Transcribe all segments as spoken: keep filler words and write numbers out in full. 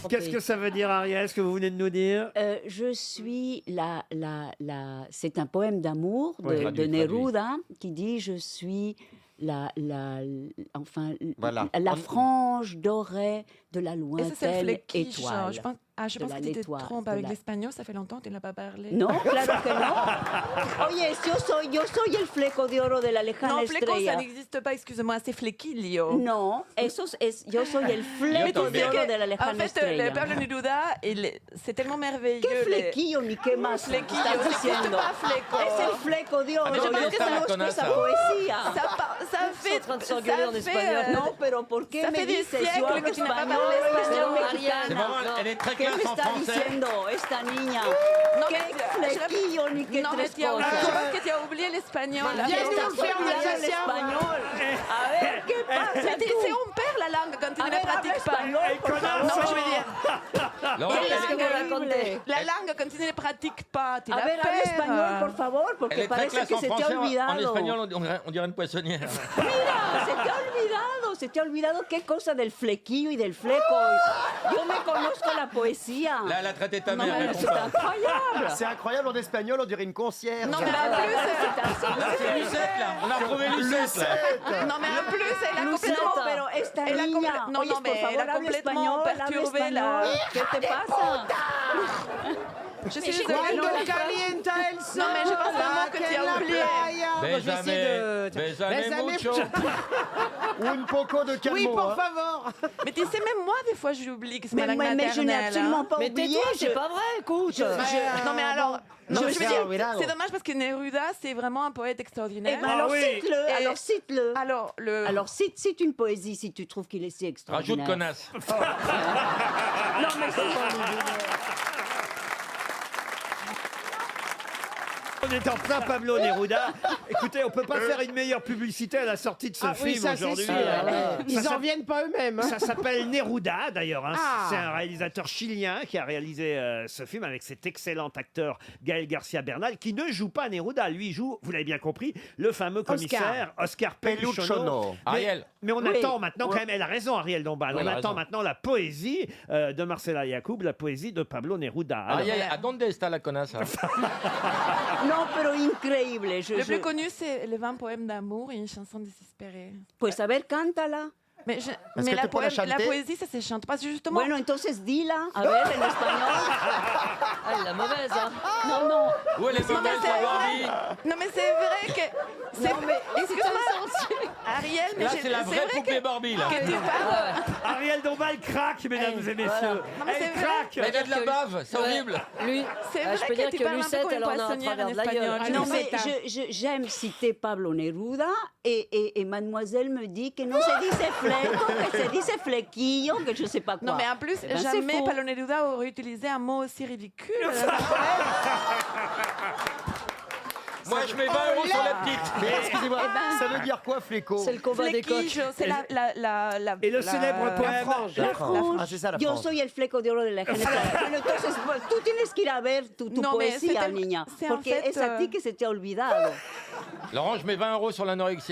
Qu'est-ce que ça veut dire, Ariel, ce que vous venez de nous dire? Euh, je suis la, la, la... C'est un poème d'amour de, Ouais. de Traduit, Neruda qui dit je suis la, la, enfin, Voilà. la On- frange dorée de la Et ça, c'est le lointaine fléquiche. étoile. Je pense, ah, je De pense la que tu te l'étoile, trompes de avec la- l'espagnol, ça fait longtemps que tu ne l'as pas parlé. No, claro que no. Oye, yo soy, yo soy el fleco de oro de la lejana Non, fleco, ça estrella. n'existe pas, excuse-moi, c'est flequillo. No, eso es, yo soy el fleco de oro de la En lejana fait, estrella. le Pablo Neruda, il- c'est tellement merveilleux. ¿Qué les- flequillo ni qué más Flequillo, estás ça n'existe diciendo? pas, fleco. Es el fleco de oro. Ah, mais Yo ¿dónde está la conozco connasse, esa ça? poesía. Ça, par- ça fait. train de ça s'engueuler en fait, espagnol. euh, No, pero ¿por qué ça me fait des dices yo siècles hablo que tu n'as pas español? parlé Yo soy espagnol. C'est mexicana. vraiment, elle est très ¿Qué me classe en está français. diciendo esta niña? Non, ¿Qué mais- flequillo ni qué Non, mais tres tu as oublié- je cosas? pense que tu as oublié l'espagnol. Ya Viens estás nous faire un olvidando el Alsacien. español. A ver, ¿qué pasa Mais tú? c'est on perd la langue quand tu A ne la ver, habla pratiques pas. español, por favor. Non, mais je veux dire, Laurent, ¿Qué elle es que est- me raconté? la langue quand tu ne la pratiques pas, tu A la ver, habla perds. español, por favor, elle porque est très parece classe que en se te ha français. En, en olvidado. espagnol, on dirait, on dirait une poissonnière. Mira, se te ha olvidado, se te ha olvidado qué cosa del flequillo y del fleco. Yo me conozco la poesía. Là, elle a traité ta No, mère. mais elle c'est comprend. incroyable. C'est incroyable, en espagnol, on dirait une concierge. Non, mais en plus, Là, c'est Lucette, là. On a retrouvé Lucette. là. non, mais en plus, elle a Luceta, complètement. pero esta Elle a niña, complè- non, oyes, non, mais por elle favor, a habla complètement español, habla perturbé la. español. ¿Qué te pasa? Je suis désolée. Cuando non, calienta el sol. Non, mais je pense vraiment que tu as en la oublié. playa. Moi, je vais Bésame, essayer de- bésame Bésame mucho. Ou une poco de calmo. Oui, pour hein. favor. Mais tu sais, même moi, des fois, j'oublie que c'est ma Mais, langue mais, mais je n'ai maternelle. absolument hein. pas Mais oublié. tais-toi, je- c'est pas vrai, écoute. Non, mais alors. Non, Je mais je veux sais, dire, olvidado. c'est dommage parce que Neruda, c'est vraiment un poète Eh extraordinaire. ben, alors oui. cite-le, Et- alors cite-le. Alors, le. Alors cite, cite une poésie si tu trouves qu'il est si Rajoute extraordinaire. connasse. Non, mais c'est pas ordinaire. On est en plein Pablo Neruda. Écoutez, on peut pas faire une meilleure publicité à la sortie de ce Ah oui, film ça c'est aujourd'hui. sûr. Euh, ça Ils en s'appelle- viennent pas eux-mêmes. hein. Ça s'appelle Neruda, d'ailleurs. hein. Ah. C'est un réalisateur chilien qui a réalisé euh, ce film avec cet excellent acteur Gaël Garcia Bernal, qui ne joue pas Neruda. Lui joue, vous l'avez bien compris, le fameux commissaire Oscar, Pellucciano. Pellucciano. Mais, Ariel. mais on Oui. attend maintenant, quand même, elle a raison, Ariel Dombal. Oui, on elle a attend raison. maintenant la poésie euh, de Marcela Yacoub, la poésie de Pablo Neruda. Alors, Ariel, ¿a dónde está la connasse? hein? No, pero increíble. Je, Le je- plus connu, c'est les vingt poèmes d'amour et une chanson désespérée. Pues a ver, cántala. Mais, je- que mais la, tu peux la poème- la chanter poésie, ça se chante pas. Justement, Bueno, entonces dila, a ver, en español. Ah, elle est la mauvaise, hein. Non, non. Où elle est Non, mais mauvaise, c'est la vrai. Barbie? Non, mais c'est vrai que. c'est- Non, mais Excuse-moi, Ariel, mais Là, j'ai- c'est la vraie vrai poupée que, Barbie, là. que tu parles. Ariel Dombal craque, mesdames et messieurs. Non, mais Elle c'est vrai. craque. Mais elle a de la bave, c'est Ouais. horrible. Lui, C'est ah, vrai je peux que dire tu que parles un peu Lucette, comme elle une en a un poissonnière travers en de la gueule. espagnol. Ah, Non, sais mais pas. je- je- j'aime citer Pablo Neruda et, et, et mademoiselle me dit que no se dice fleco, que se dice flequillo, que je sais pas quoi. Non, mais en plus, Eh ben, c'est jamais faux. Pablo Neruda aurait utilisé un mot aussi ridicule. Moi, je mets vingt euros sur la petite. Mais excusez-moi, ça veut dire quoi, fléco? C'est le combat des coqs. Flequillo, c'est la, la, la, la- Et le la- célèbre la poème frange. La La frange. frange. Ah, c'est ça, la Yo frange. soy el fleco de oro de la generación. Bueno, entonces pues, tú tienes que ir a ver tu, tu No, mais c'est poesía, tellement- niña. c'est en Porque fait, es a ti euh, que se te ha olvidado. Laurent, je mets vingt euros sur l'anorexie.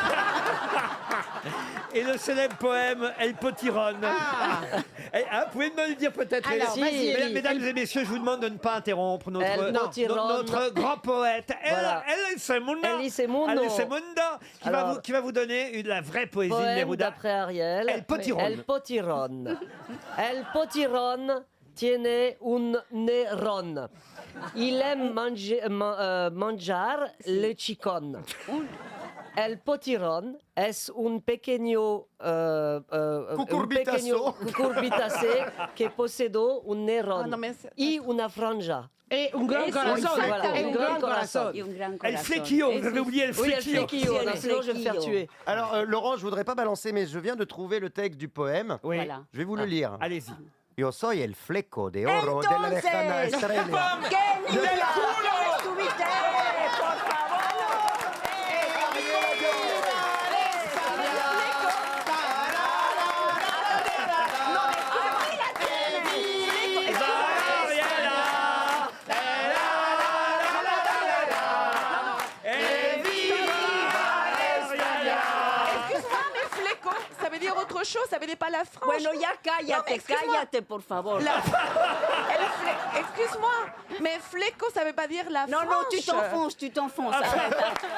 Et le célèbre poème El Potiron. Eh, hein, vous pouvez me le dire peut-être. Alors, les- vas-y, Mesdames, Elie. mesdames et messieurs, je vous demande de ne pas interrompre notre, El no- Potiron. notre grand poète. El, Voilà. El Semundo. El Semundo. El Semundo, qui, va Alors, vous, qui va vous donner une- la vraie poésie de Poème Neruda. d'après Ariel. El Potiron. El Potiron. El Potiron tiene un neron. Il aime manger, ma- euh, mangiar le chicon. El Potiron es un pequeño, euh, euh, un Cucurbitazo. pequeño cucurbitacé que possedo un neron Ah, non, mais c'est- y una franja. Et un gran Eso, corazón. voilà, Et un un gran gran corazón. corazón. Y un gran El corazón. Flequillo, vous Eso avez es- oublié El Oui, el Flequillo. flequillo, Sí, non, el sinon je vais me faire flequillo. tuer. Alors, euh, Laurent, je voudrais pas balancer, mais je viens de trouver le texte du poème. Oui. Voilà. Je vais vous le lire. Allez-y. Yo soy el fleco de oro de la lejana Entonces, estrella. ¿qué niña? ¿Dónde estuviste? Por favor. Excuse-moi, mais Fleco, ça veut dire autre chose, ça veut dire pas la France. Bueno, ya Non, mais cállate, excuse-moi. cállate, por favor. La- Elle fle- Excuse-moi, mais fleco, ça veut pas dire la Non, France. non, tu t'enfonces, tu t'enfonces. arrête.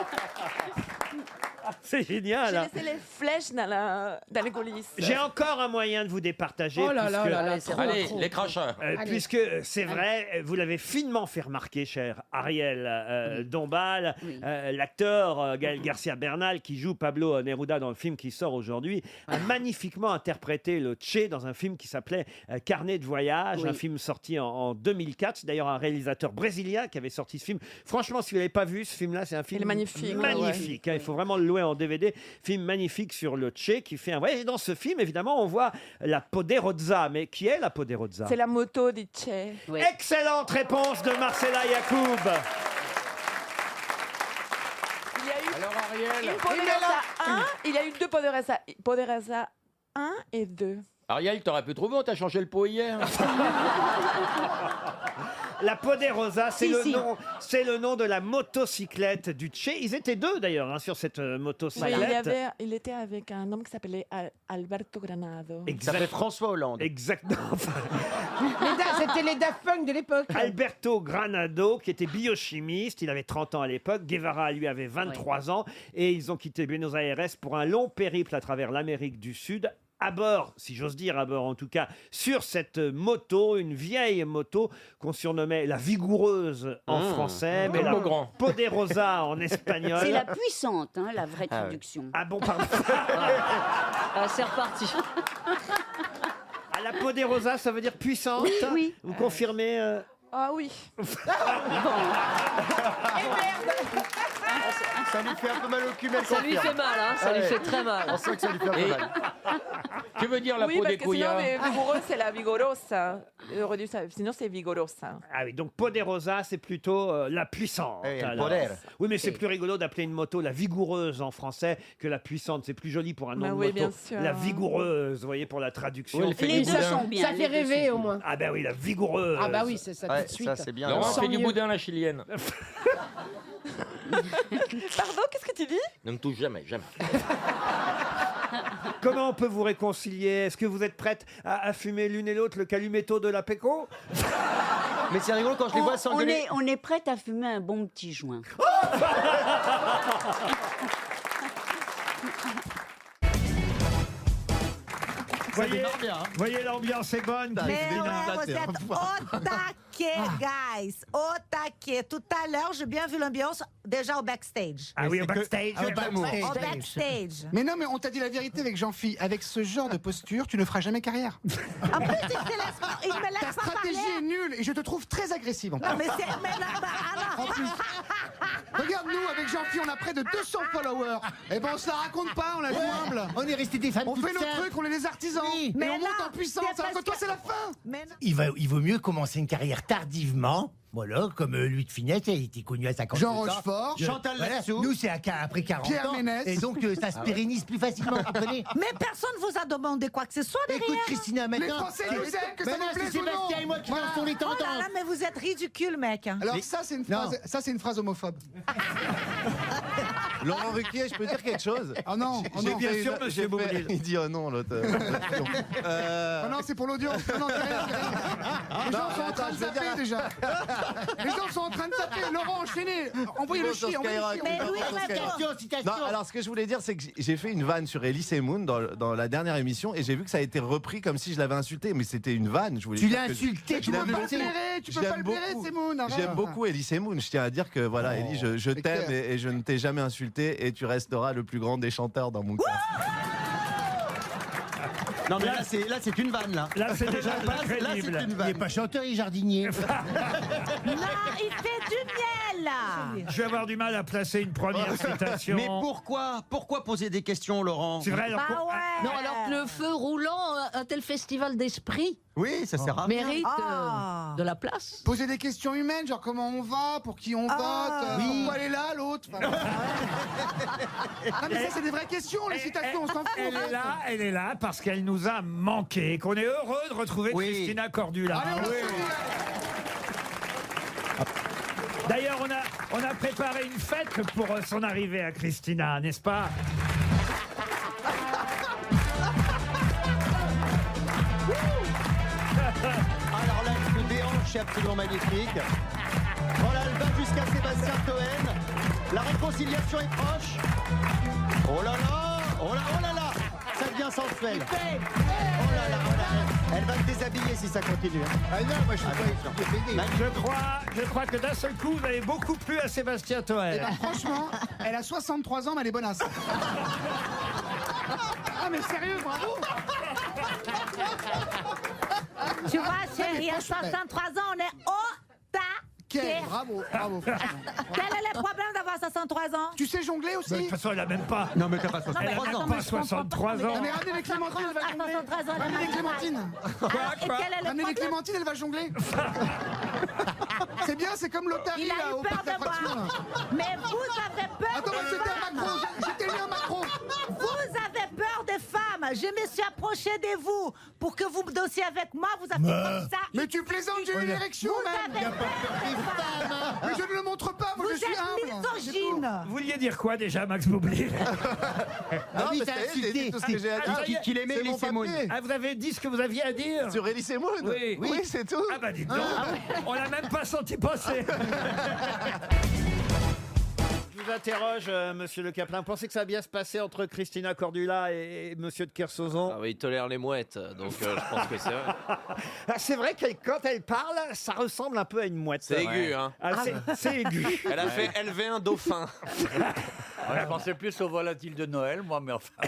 C'est génial. J'ai hein. laissé les flèches dans, la... dans les coulisses. J'ai encore un moyen de vous départager. Oh là là puisque- là là, Allez, c'est trop, bon. trop. Allez, les cracheurs. Euh, Allez. puisque c'est vrai, vous l'avez finement fait remarquer, cher Ariel euh, Dombal, Oui. euh, l'acteur euh, Gaël Garcia Bernal, qui joue Pablo Neruda dans le film qui sort aujourd'hui, a magnifiquement interprété le Che dans un film qui s'appelait euh, Carnet de voyage, Oui. un film sorti en, en deux mille quatre. C'est d'ailleurs un réalisateur brésilien qui avait sorti ce film. Franchement, si vous l'avez pas vu, ce film-là, c'est un film Il est magnifique, magnifique, hein. Il faut vraiment le louer en D V D. Film magnifique sur le Che qui fait un voyage. Et dans ce film, évidemment, on voit la Poderosa. Mais qui est la Poderosa? C'est la moto des Che. Oui. Excellente réponse de Marcella Yacoub. Il y a eu Alors Ariel, une Poderosa un, il y a eu deux Poderosa, Poderosa un et deux. Ariel, t'aurais pu trouver, on t'a changé le pot hier. La Poderosa, c'est Si, le si. nom, c'est le nom de la motocyclette du Che. Ils étaient deux d'ailleurs hein, sur cette euh, Oui, motocyclette. il, y avait, il était avec un homme qui s'appelait Al- Alberto Granado. Il s'appelait François Hollande. Exactement. Enfin, Les Da- C'était les Daft Punk de l'époque. Alberto Granado, qui était biochimiste, il avait trente ans à l'époque. Guevara, lui, avait vingt-trois ans. Et ils ont quitté Buenos Aires pour un long périple à travers l'Amérique du Sud. À bord, si j'ose dire, à bord en tout cas, sur cette moto, une vieille moto qu'on surnommait la vigoureuse en Mmh. français, mais Comme la Beaugrand. Poderosa en espagnol. C'est la puissante, hein, la vraie Ah ouais. traduction. Ah bon, pardon. Ah, c'est reparti. Ah, la Poderosa, ça veut dire puissante. Oui, oui. Vous confirmez euh, Ah oui. Ça lui fait un peu mal au cul, mais elle Ça lui confirme. fait mal, hein, ça Ah lui ouais. fait très mal. On sent que ça lui fait un peu Et- mal. Que veut dire la oui, peau parce des que sinon, couillards mais vigoureuse, c'est la vigorosa. J'aurais dû savoir. Sinon, c'est vigorosa. Ah oui, donc Poderosa, c'est plutôt euh, la puissante. Eh, el alors. poder. Oui, mais c'est Oui. plus rigolo d'appeler une moto la vigoureuse en français que la puissante. C'est plus joli pour un nom Bah de oui, moto. bien sûr. La vigoureuse, vous voyez, pour la traduction. Oui, elle fait Les du deux boudin. sont bien. Ça les fait deux rêver sont au bien. moins. Ah ben oui, la vigoureuse. Ah bah oui, c'est ça Ouais, tout de suite. ça c'est bien. Laurent Sans fait du mieux. boudin à la chilienne. Pardon, qu'est-ce que tu dis? Ne me touche jamais, jamais. Comment on peut vous réconcilier? Est-ce que vous êtes prête à, à fumer l'une et l'autre le calumetto de la Péco? Mais c'est rigolo quand je les On, vois on s'engueuler. est, on est prête à fumer un bon petit joint. Voyez, voyez l'ambiance est bonne. Mais Christina. ouais, vous êtes au taquet, guys. Au taquet. Tout à l'heure, j'ai bien vu l'ambiance déjà au backstage. Ah oui, au backstage. Ah, bah, bon. Au backstage. Mais non, mais on t'a dit la vérité avec Jean-Phi. Avec ce genre de posture, tu ne feras jamais carrière. En plus, il, te laisse pas- il me Ta laisse pas stratégie parler. est nulle et je te trouve très agressive en plus. Non, mais c'est... Mais non, bah, alors... En plus. Regarde, nous, avec Jean-Phi, on a près de deux cents followers. Et ben, on se la raconte pas, on la joue humble. On est resté des femmes On toutes fait nos simples. trucs, on est les artisans. Oui. Et Mais on monte non, en puissance, c'est alors que parce toi, que- c'est la fin. Mais non. Il, va, il vaut mieux commencer une carrière tardivement. Voilà, comme euh, Louis de Funès, il était connu à cinquante Jean ans. Rochefort, Je- Chantal voilà. Latsou. Nous, c'est à- après quarante Pierre ans. Ménès. Et donc, euh, ça se pérennise plus facilement, vous comprenez? Mais personne vous a demandé quoi que ce soit derrière. Écoute, Christina, maintenant... Les Français nous aiment, que ça Maintenant, nous c'est plaise ou non. Sébastien et moi qui Voilà. lançons les Oh là tendances. là, mais vous êtes ridicule, mec. Alors ça, c'est une phrase, ça, c'est une phrase homophobe. Laurent Ruquier, je peux dire quelque chose? Oh non, oh non. bien fait sûr, une- monsieur j'ai fait- Boublil. Il dit oh non, l'autre. euh, euh, Oh non, c'est pour l'audience. Non, non, c'est rien, c'est rien. Les gens sont en train de attends, je veux taper déjà. Les gens sont en train de taper. Laurent, enchaînez. Envoyez le Bon, sur chi, envoyez le Skyrock. chi. Mais oui, Sur mais Skyrock. bon. Citation, citation. Non, alors ce que je voulais dire, c'est que j'ai- j'ai fait une vanne sur Elise Moon dans, dans la dernière émission et j'ai vu que ça a été repris comme si je l'avais insulté, mais c'était une vanne. Je voulais Tu dire l'as que- insulté, Tu tu peux l'as pas le blessé. blairer, tu peux J'aime pas le blairer, beaucoup. c'est mon. arrête. J'aime beaucoup Elise Moon. Je tiens à dire que voilà, Elise, je, je c'est t'aime clair. et, et je ne t'ai jamais insulté et tu resteras le plus grand des chanteurs dans mon cœur. Non, mais là, c'est là, c'est une vanne, là. Là, c'est déjà pas Là, c'est- là, c'est crédible. une Il n'est vanne. pas chanteur, il est jardinier. Non, il fait du miel, là. Je vais avoir du mal à placer une première citation. Mais pourquoi Pourquoi poser des questions, Laurent? C'est vrai, alors, Bah ouais. Non, alors que le feu roulant, un tel festival d'esprit Oui, ça sert à rien. mérite euh, Ah. de la place. Poser des questions humaines, genre comment on va, pour qui on Ah. vote, euh, Oui. pourquoi elle est là, l'autre. Enfin, non, mais ça, c'est des vraies questions, les citations, on s'en fout. elle est là, elle est là parce qu'elle nous a manqué, qu'on est heureux de retrouver Oui. Christina Cordula. Allez, on Oui. va D'ailleurs, on a, on a préparé une fête pour euh, son arrivée à Christina, n'est-ce pas? touché absolument magnifique. Voilà, elle va jusqu'à Sébastien Toen. La réconciliation est proche. Oh là là, oh là, oh là là, ça devient sensuel. Oh là là, oh là là. Elle va te déshabiller si ça continue. Ah non, moi je suis pas Je crois, je crois que d'un seul coup, vous avez beaucoup plu à Sébastien Eh Toen. ben, franchement, elle a soixante-trois ans, mais elle est bonasse. Ah mais sérieux, bravo. Tu vois, chérie, à soixante-trois ans, on est au taquet. Ok, bravo, bravo. franchement. Quel est le problème d'avoir soixante-trois ans? Tu sais jongler aussi? De toute façon, elle n'a même pas. Non, mais t'as pas Non, soixante. mais Elle n'a attends, même mais pas je comprends soixante-trois pas. ans. Non mais ramenez les clémentines, elle va À jongler. soixante-trois ans, elle Ramenez est les clémentines. Alors, et quel est le Ramenez les problème? clémentines, elle va jongler. C'est bien, c'est comme l'Otari Il a là, eu au peur parc de d'attractions. moi. là. Mais vous avez peur Attends, moi des c'était femmes. un Macron, j'étais né un Macron. Vous avez peur des femmes. Je me suis approchée de vous pour que vous dansiez avec moi. Vous avez fait comme ça. Mais tu plaisantes, j'ai eu une érection Vous même. avez peur des femmes. Mais je ne le montre pas, moi Vous je suis êtes humble. c'est tout. misogyne. Vous vouliez dire quoi déjà, Max Boublil? Ah oui, t'as insulté. tout ce que j'ai à Ah, dire. ça y est, Qu'il aimait C'est mon Elise Moon. papier. Ah, vous avez dit ce que vous aviez à dire? Sur Elise Moon. Oui. Oui, c'est tout. Ah bah dites donc, on l'a même pas senti passer. Je vous interroge, euh, monsieur Le Caplin. Vous pensez que ça va bien se passer entre Christina Cordula et, et monsieur de Kersauzon? Ah oui, il tolère les mouettes, donc euh, je pense que c'est vrai. Ah, c'est vrai que quand elle parle, ça ressemble un peu à une mouette. C'est aigu, hein. Ah, c'est- c'est aigu. Elle a fait élever un dauphin. Ouais, je pensais plus au volatile de Noël, moi, mais enfin.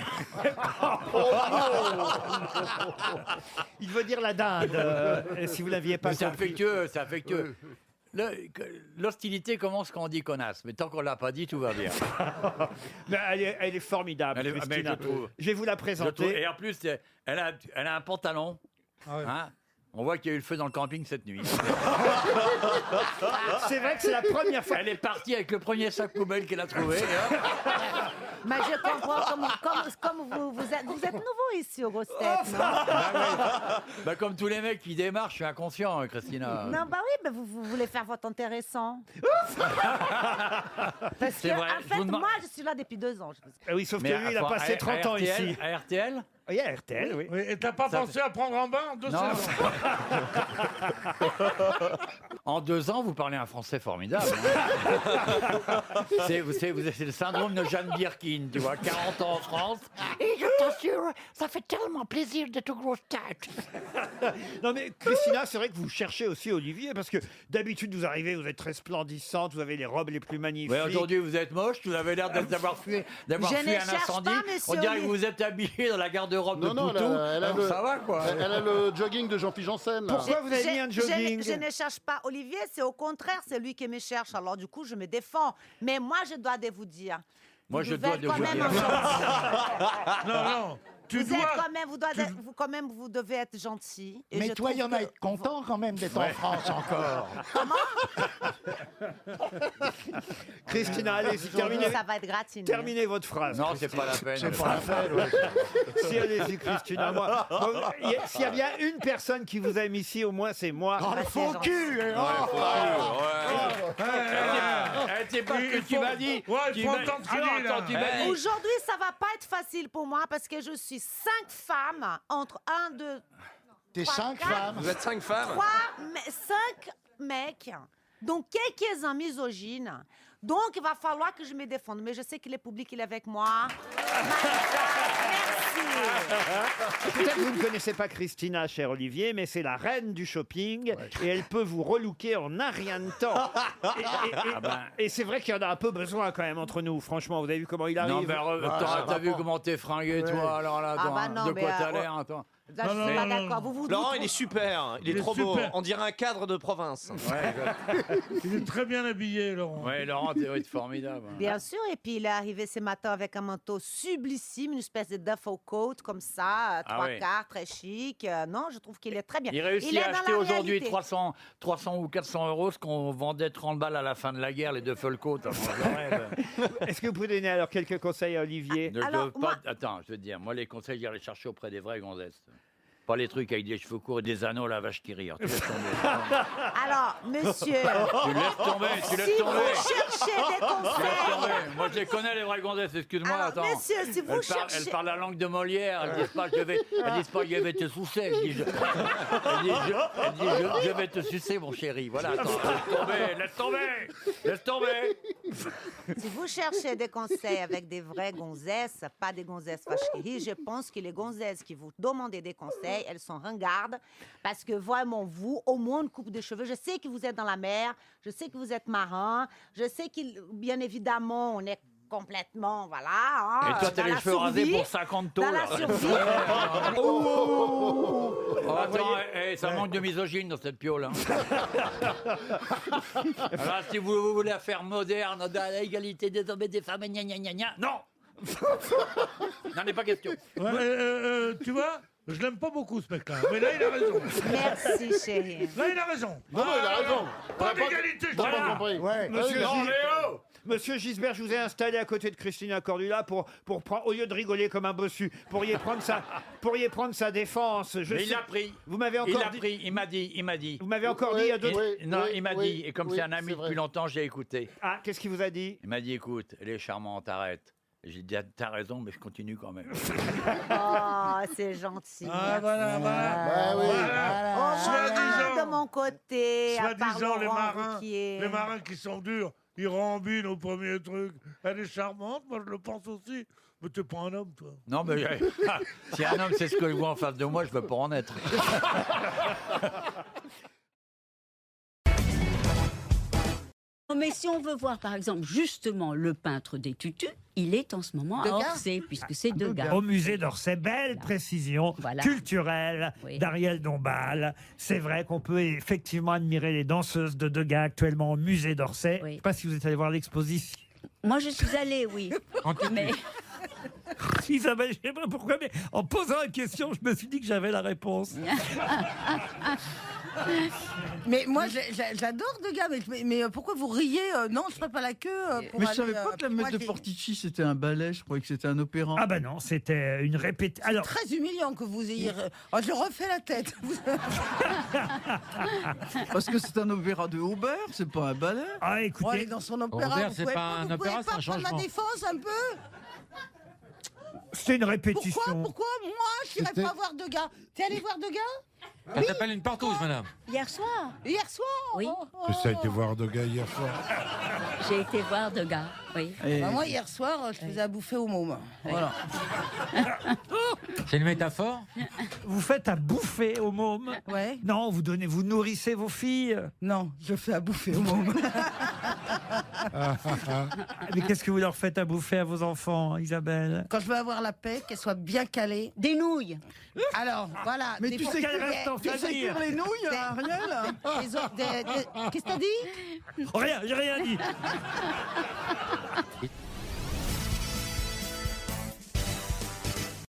Il veut dire la dinde, euh, si vous l'aviez pas Mais c'est compris. affectueux, c'est affectueux. Le- que- L'hostilité commence quand on dit connasse, mais tant qu'on l'a pas dit, tout va bien. Mais elle, est, elle est formidable, Elle est- mais Christina. je trouve. Je vais vous la Je trouve- présenter. Et en plus, c'est- elle a, elle a un pantalon. Hein, on voit qu'il y a eu le feu dans le camping cette nuit. C'est vrai que c'est la première fois. Elle est partie avec le premier sac poubelle qu'elle a trouvé. et hop. Mais je comprends comme, comme, comme vous, vous, êtes, vous êtes nouveau ici au Grosses Têtes, non? Bah, oui. Bah, comme tous les mecs qui démarrent, je suis inconscient, hein, Christina. Non, bah oui, mais vous, vous voulez faire votre intéressant. Parce C'est que, vrai, en je fait, vous demande- moi, je suis là depuis deux ans. je vous- Ah oui, sauf que Mais lui, il a enfin, passé à- trente ans à R T L, ici. À R T L Oui, à R T L, oui. Et t'as pas Ça pensé à prendre un bain en deux Non. saisons? En deux ans, vous parlez un français formidable. hein. c'est, vous savez, vous- c'est le syndrome de Jeanne Birkin, tu vois, quarante ans en France. Et je t'assure, ça fait tellement plaisir d'être aux Grosses Têtes. Non mais Christina, c'est vrai que vous cherchez aussi Olivier, parce que d'habitude vous arrivez, vous êtes très splendissante, vous avez les robes les plus magnifiques. Ouais, aujourd'hui, vous êtes moche, vous avez l'air d'être- d'avoir fui, d'avoir Je fui ne un cherche incendie. pas, monsieur On dirait que Oli- vous êtes habillé dans la garde-robe de Non, non, elle Poutou. a, elle a Alors, le, ça va, quoi. Elle, elle a le jogging de Jean-Philippe Janssen. là. Pourquoi vous avez mis un Je- je ne- jogging? Je, ne cherche pas Olivier, c'est au contraire, c'est lui qui me cherche. Alors du coup, je me défends. Mais moi, je dois de vous dire. Moi, vous je devez dois être de quand vous même dire. un gentil. Non, non. Tu Vous, êtes dois. quand même, vous, doit être- vous, quand même, vous devez être gentil. Et Mais je toi, il y trouve en a que- être content quand même d'être en France encore. Christina, allez-y, terminez, Ça va être gratiné. terminez votre phrase. Non, c'est pas la peine. C'est pas la peine, ouais. Si, allez-y, Christina. Moi, moi, y a- s'il y a bien une personne qui vous aime ici, au moins, c'est moi. Oh, le faux cul Ouais, faut- ouais. Eh, c'est pas ce que Il tu faut- m'as dit. Ouais, il Tu faut m'as- entendre ce qu'il Alors, dit, là. attends, tu m'as Eh. dit. Aujourd'hui, ça va pas être facile pour moi parce que je suis cinq femmes entre un, deux, T'es trois, cinq quatre, femmes. Vous êtes cinq femmes. trois, mais cinq mecs, donc quelques-uns misogynes. Donc, il va falloir que je me défende. Mais je sais que le public, il est avec moi. Merci. Peut-être que vous ne connaissez pas Christina, cher Olivier, mais c'est la reine du shopping et elle peut vous relooker en un rien de temps. Et, et- et- Ah ben. et c'est vrai qu'il y en a un peu besoin quand même entre nous. Franchement, vous avez vu comment il arrive. Non, mais alors, Ah, t'as- ça t'as va vu pas. comment t'es fringué, toi, alors là, Ah attends, bah non, de mais, quoi euh, t'as l'air, attends. Là, je Non, suis non, pas non, d'accord. Vous, vous, Laurent, vous- il est super. Il est Il est trop beau. super. On dirait un cadre de province. Ouais, Il est très bien habillé, Laurent. je- ouais, Laurent, t'es ouais, t'es formidable. Bien sûr, et puis il est arrivé ce matin avec un manteau sublissime, une espèce de duffel coat comme ça, euh, Ah trois oui. quarts, très chic. Euh, non, je trouve qu'il est très bien. Il réussit est à dans acheter la aujourd'hui réalité. trois cents, trois cents ou quatre cents euros ce qu'on vendait trente balles à la fin de la guerre, les deux Fulcoat. Est-ce que vous pouvez donner alors quelques conseils à Olivier? Ne Alors, doivent moi- pas... Attends, je veux te dire, moi les conseils, j'irai les chercher auprès des vraies gonzesses. Pas les trucs avec des cheveux courts et des anneaux, la vache qui rit. Tu laisses tomber. Alors, monsieur. Tu laisses tomber, tu laisses Si tomber. vous cherchez des Tu laisses conseils. tomber. Moi, je les connais, les vraies gonzesses, excuse-moi, Alors, attends. monsieur, si vous elles, parlent, cherchez- elles parlent la langue de Molière, elles disent pas, je vais, elles disent pas, je vais te sucer, elles disent, je, elles disent, je, elles disent, je- je vais te sucer, mon chéri. Voilà, attends, laisse tomber, laisse tomber, laisse tomber. Si vous cherchez des conseils avec des vraies gonzesses, pas des gonzesses vaches qui rient, je pense que les gonzesses qui vous demandent des conseils, elles sont ringardes. Parce que vraiment, vous, au moins une coupe de cheveux, je sais que vous êtes dans la mer, je sais que vous êtes marin, je sais que, bien évidemment, on est complètement, voilà. hein, Et toi, t'as dans les la cheveux rasés survie. pour cinquante taux, Dans là. la survie. Oh, attends, eh, ça manque de misogyne dans cette piole. Hein. Alors, si vous, vous voulez faire moderne, dans l'égalité des hommes et des femmes, gna gna gna gna, non. N'en est pas question. Ouais, euh, euh, tu vois, je l'aime pas beaucoup ce mec-là, mais là il a raison. Merci, chérie. Là il a raison. Non, non, il a raison. Pas On a pas- d'égalité, je on a pas dirais. compris. Ouais. Monsieur, Non, Gis- Léo Monsieur Gisbert, je vous ai installé à côté de Christina Cordula pour, pour prendre, au lieu de rigoler comme un bossu, pourriez prendre sa, pourriez prendre sa défense. Je Mais il sais- a pris. Vous m'avez Il encore a dit. pris, il m'a dit, il m'a dit. Vous m'avez encore dit il y a deux. Et- non, il m'a oui, dit, et comme oui, c'est un ami c'est vrai. depuis longtemps, j'ai écouté. Ah, qu'est-ce qu'il vous a dit? Il m'a dit, écoute, elle est charmante, arrête. Et j'ai dit, ah, t'as raison, mais je continue quand même. Oh, c'est gentil. Ah, voilà, voilà. Bah oui. Au moins Soi-disant. un de mon côté, à part Soi-disant, les Laurent marins, Ruquier. les marins qui sont durs, ils rembinent au premier truc. Elle est charmante, moi je le pense aussi. Mais t'es pas un homme, toi. Non, mais si un homme c'est ce que je vois en face de moi, je veux pas en être. Mais si on veut voir, par exemple, justement le peintre des tutus, il est en ce moment à Degas Orsay, puisque c'est Degas. Au musée d'Orsay, belle précision Voilà. culturelle Oui. d'Ariel Dombal. C'est vrai qu'on peut effectivement admirer les danseuses de Degas actuellement au musée d'Orsay. Je ne sais pas si vous êtes allé voir l'exposition. Moi, je suis allée, oui. mais Isabelle, je ne sais pas pourquoi, mais en posant la question, je me suis dit que j'avais la réponse. Mais moi, j'ai- j'ai- j'adore Degas, mais, mais, mais pourquoi vous riez euh, Non, je ferai pas la queue. euh, pour Mais je aller, savais euh, pas que la moi, messe de j'ai- Portici c'était un ballet, je croyais que c'était un opéra. Ah bah non, c'était une répétition. Alors, Très humiliant que vous ayez. Oh, je refais la tête. Parce que c'est un opéra de Aubert, c'est pas un ballet. Ah, Oh, elle est dans son opéra. Aubert, vous c'est pouvez pas un vous pouvez opéra, pas c'est un prendre ma changement. défense un peu c'est une répétition. Pourquoi Pourquoi moi, je n'irais C'était- pas voir Degas T'es allé voir Degas Elle s'appelle une partouze, madame. hier soir. Hier soir Oui. Oh, Ça a été voir Degas hier soir. J'ai été voir Degas, oui. Bah, moi, hier soir, je faisais à bouffer au môme. Voilà. C'est une métaphore? Vous faites à bouffer au môme? Ouais. Non, vous donnez, vous nourrissez vos filles? Non, je fais à bouffer au môme. Mais qu'est-ce que vous leur faites à bouffer à vos enfants, Isabelle? Quand je veux avoir la paix, qu'elle soit bien calée. Des nouilles. Alors, voilà. Mais des tu fois- sais qu'elle que- reste en tu sais famille. cuire les nouilles, Des- Ariel des o- des- des- Qu'est-ce que t'as dit Rien, j'ai rien dit.